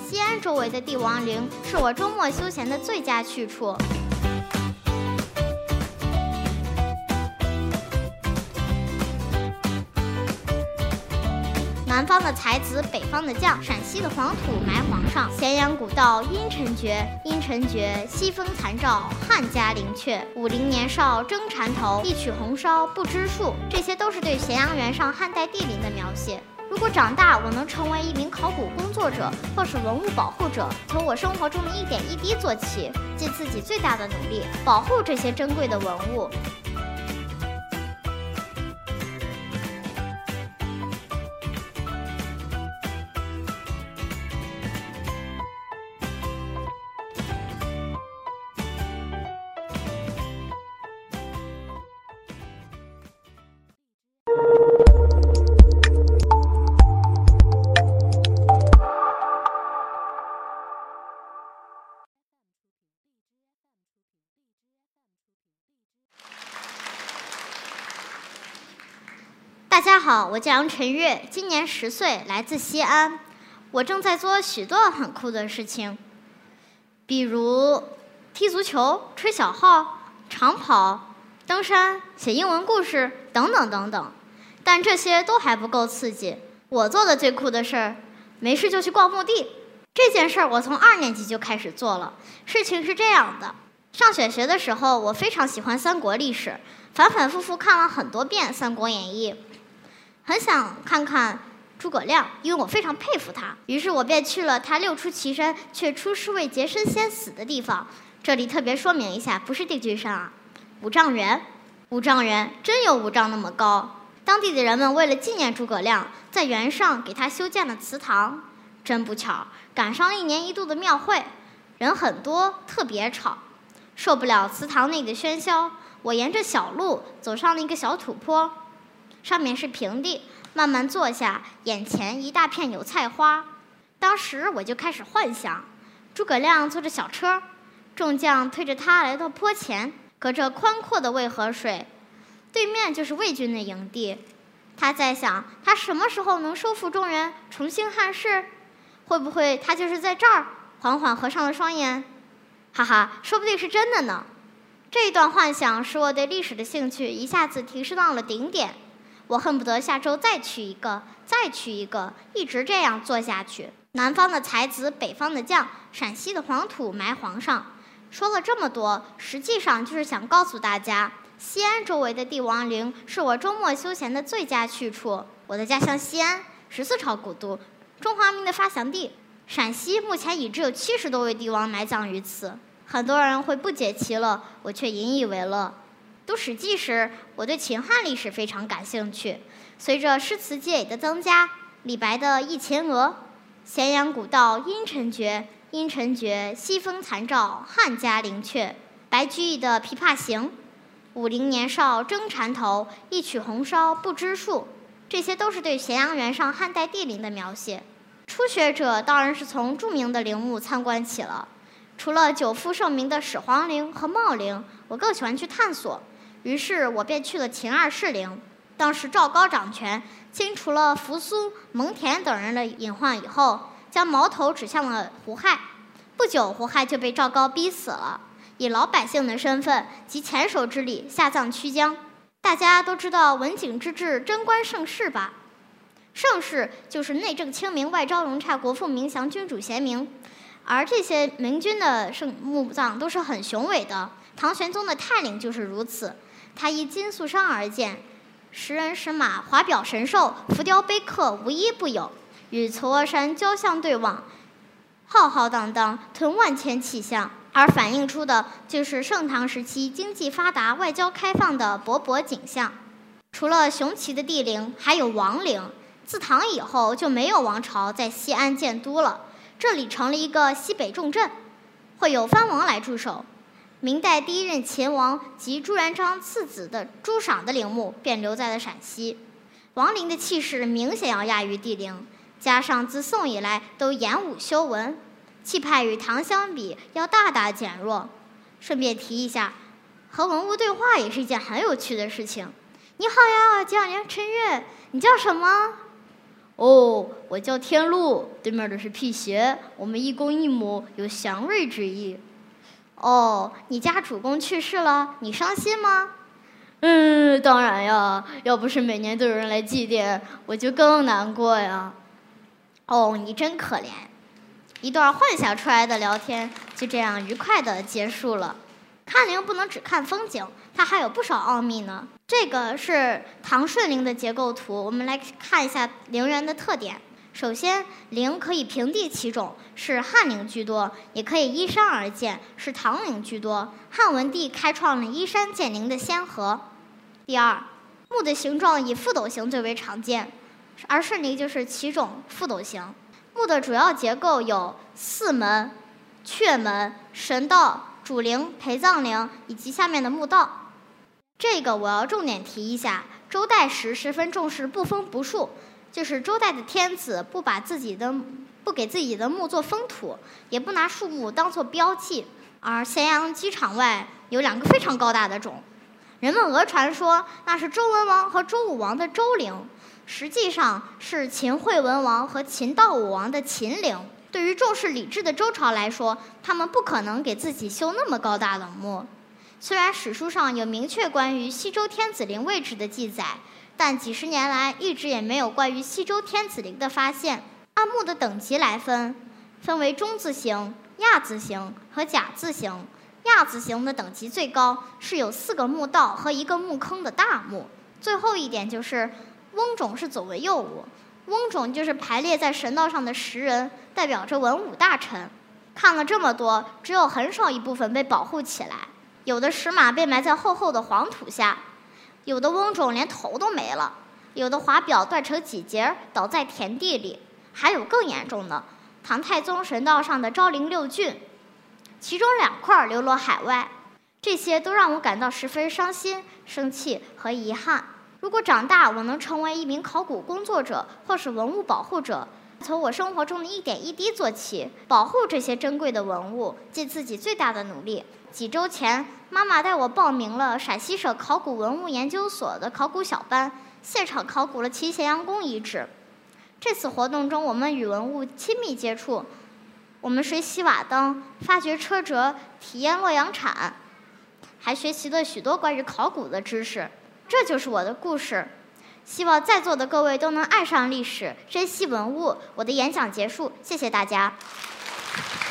西安周围的帝王陵是我周末休闲的最佳去处。南方的才子，北方的将，陕西的黄土埋皇上。咸阳古道阴沉绝，阴沉绝，西风残照，汉家陵阙。50年少争缠头，一曲红烧不知数。这些都是对咸阳原上汉代帝陵的描写。如果长大我能成为一名考古工作者或是文物保护者，从我生活中的一点一滴做起，尽自己最大的努力保护这些珍贵的文物。大家好，我叫杨晨月，今年10岁，来自西安。我正在做许多很酷的事情，比如踢足球、吹小号、长跑、登山、写英文故事等等等等。但这些都还不够刺激。我做的最酷的事儿，没事就去逛墓地。这件事儿我从2年级就开始做了。事情是这样的，上小学的时候，我非常喜欢三国历史，反反复复看了很多遍《三国演义》。很想看看诸葛亮，因为我非常佩服他。于是我便去了他六出祁山却出师未捷身先死的地方。这里特别说明一下，不是定军山啊，五丈原。五丈原真有5丈那么高。当地的人们为了纪念诸葛亮，在原上给他修建了祠堂。真不巧，赶上1年1度的庙会，人很多，特别吵。受不了祠堂内的喧嚣，我沿着小路走上了一个小土坡。上面是平地，慢慢坐下，眼前一大片油菜花。当时我就开始幻想，诸葛亮坐着小车，众将推着他来到坡前，隔着宽阔的渭河水，对面就是魏军的营地。他在想，他什么时候能收复中原，重兴汉室？会不会他就是在这儿？缓缓合上了双眼，哈哈，说不定是真的呢。这一段幻想使我对历史的兴趣一下子提升到了顶点。我恨不得下周再去一个，再去一个，一直这样做下去。南方的才子，北方的将，陕西的黄土埋皇上。说了这么多，实际上就是想告诉大家，西安周围的帝王陵是我周末休闲的最佳去处。我的家乡西安，14朝古都，中华民的发祥地。陕西目前已只有70多位帝王埋葬于此。很多人会不解其乐，我却引以为乐。读史记时，我对秦汉历史非常感兴趣。随着诗词积累的增加，李白的《忆秦娥》，咸阳古道阴沉绝，阴沉绝，西风残照，汉家陵阙。白居易的《琵琶行》，50年少争缠头，一曲红烧不知数。这些都是对咸阳原上汉代帝陵的描写。初学者当然是从著名的陵墓参观起了。除了久负盛名的始皇陵和茂陵，我更喜欢去探索。于是我便去了秦二世陵。当时赵高掌权，清除了扶苏、蒙恬等人的隐患以后，将矛头指向了胡亥。不久，胡亥就被赵高逼死了，以老百姓的身份及前手之力下葬曲江。大家都知道文景之治、贞观盛世吧？盛世就是内政清明、外交融洽、国富民祥、君主贤明。而这些明君的墓葬都是很雄伟的。唐玄宗的泰陵就是如此。他依金粟商而建，识人识马，华表神兽，浮雕碑刻无一不有，与嵯峨山交相对望，浩浩荡荡，吞万千气象。而反映出的就是盛唐时期经济发达、外交开放的勃勃景象。除了雄奇的帝陵，还有王陵。自唐以后就没有王朝在西安建都了，这里成了一个西北重镇，会有藩王来驻守。明代第1任秦王及朱元璋次子的朱赏的陵墓便留在了陕西。王陵的气势明显要亚于帝陵，加上自宋以来都演武修文，气派与唐相比要大大减弱。顺便提一下，和文物对话也是一件很有趣的事情。你好呀，叫杨晨月，你叫什么？ 哦，我叫天禄，对面的是辟邪，我们一公一母，有祥瑞之意。哦，你家主公去世了，你伤心吗？当然呀，要不是每年都有人来祭奠，我就更难过呀。哦，你真可怜。一段幻想出来的聊天就这样愉快地结束了。看陵不能只看风景，它还有不少奥秘呢。这个是唐顺陵的结构图，我们来看一下陵园的特点。首先，陵可以平地起冢，是汉陵居多；也可以依山而建，是唐陵居多。汉文帝开创了依山建陵的先河。第二，墓的形状以覆斗形最为常见，而顺陵就是其种覆斗形。墓的主要结构有四门、阙门、神道、主陵、陪葬陵以及下面的墓道。这个我要重点提一下，周代时十分重视不封不树，就是周代的天子不给自己的墓做封土，也不拿树木当作标记。而咸阳机场外有2个非常高大的冢，人们讹传说那是周文王和周武王的周陵，实际上是秦惠文王和秦悼武王的秦陵。对于重视礼制的周朝来说，他们不可能给自己修那么高大的墓。虽然史书上有明确关于西周天子陵位置的记载，但几十年来一直也没有关于西周天子陵的发现。按墓的等级来分为中字形、亚字形和甲字形。亚字形的等级最高，是有4个墓道和1个墓坑的大墓。最后一点就是翁冢是走为右武，翁冢就是排列在神道上的10人，代表着文武大臣。看了这么多，只有很少一部分被保护起来。有的石马被埋在厚厚的黄土下，有的翁冢连头都没了，有的华表断成几节倒在田地里，还有更严重的，唐太宗神道上的昭陵6郡，其中2块流落海外。这些都让我感到十分伤心、生气和遗憾。如果长大我能成为一名考古工作者或是文物保护者，从我生活中的一点一滴做起，保护这些珍贵的文物，尽自己最大的努力。几周前，妈妈带我报名了陕西省考古文物研究所的考古小班，现场考古了秦咸阳宫遗址。这次活动中，我们与文物亲密接触，我们水洗瓦当，发掘车辙，体验洛阳铲，还学习了许多关于考古的知识。这就是我的故事，希望在座的各位都能爱上历史，珍惜文物。我的演讲结束，谢谢大家。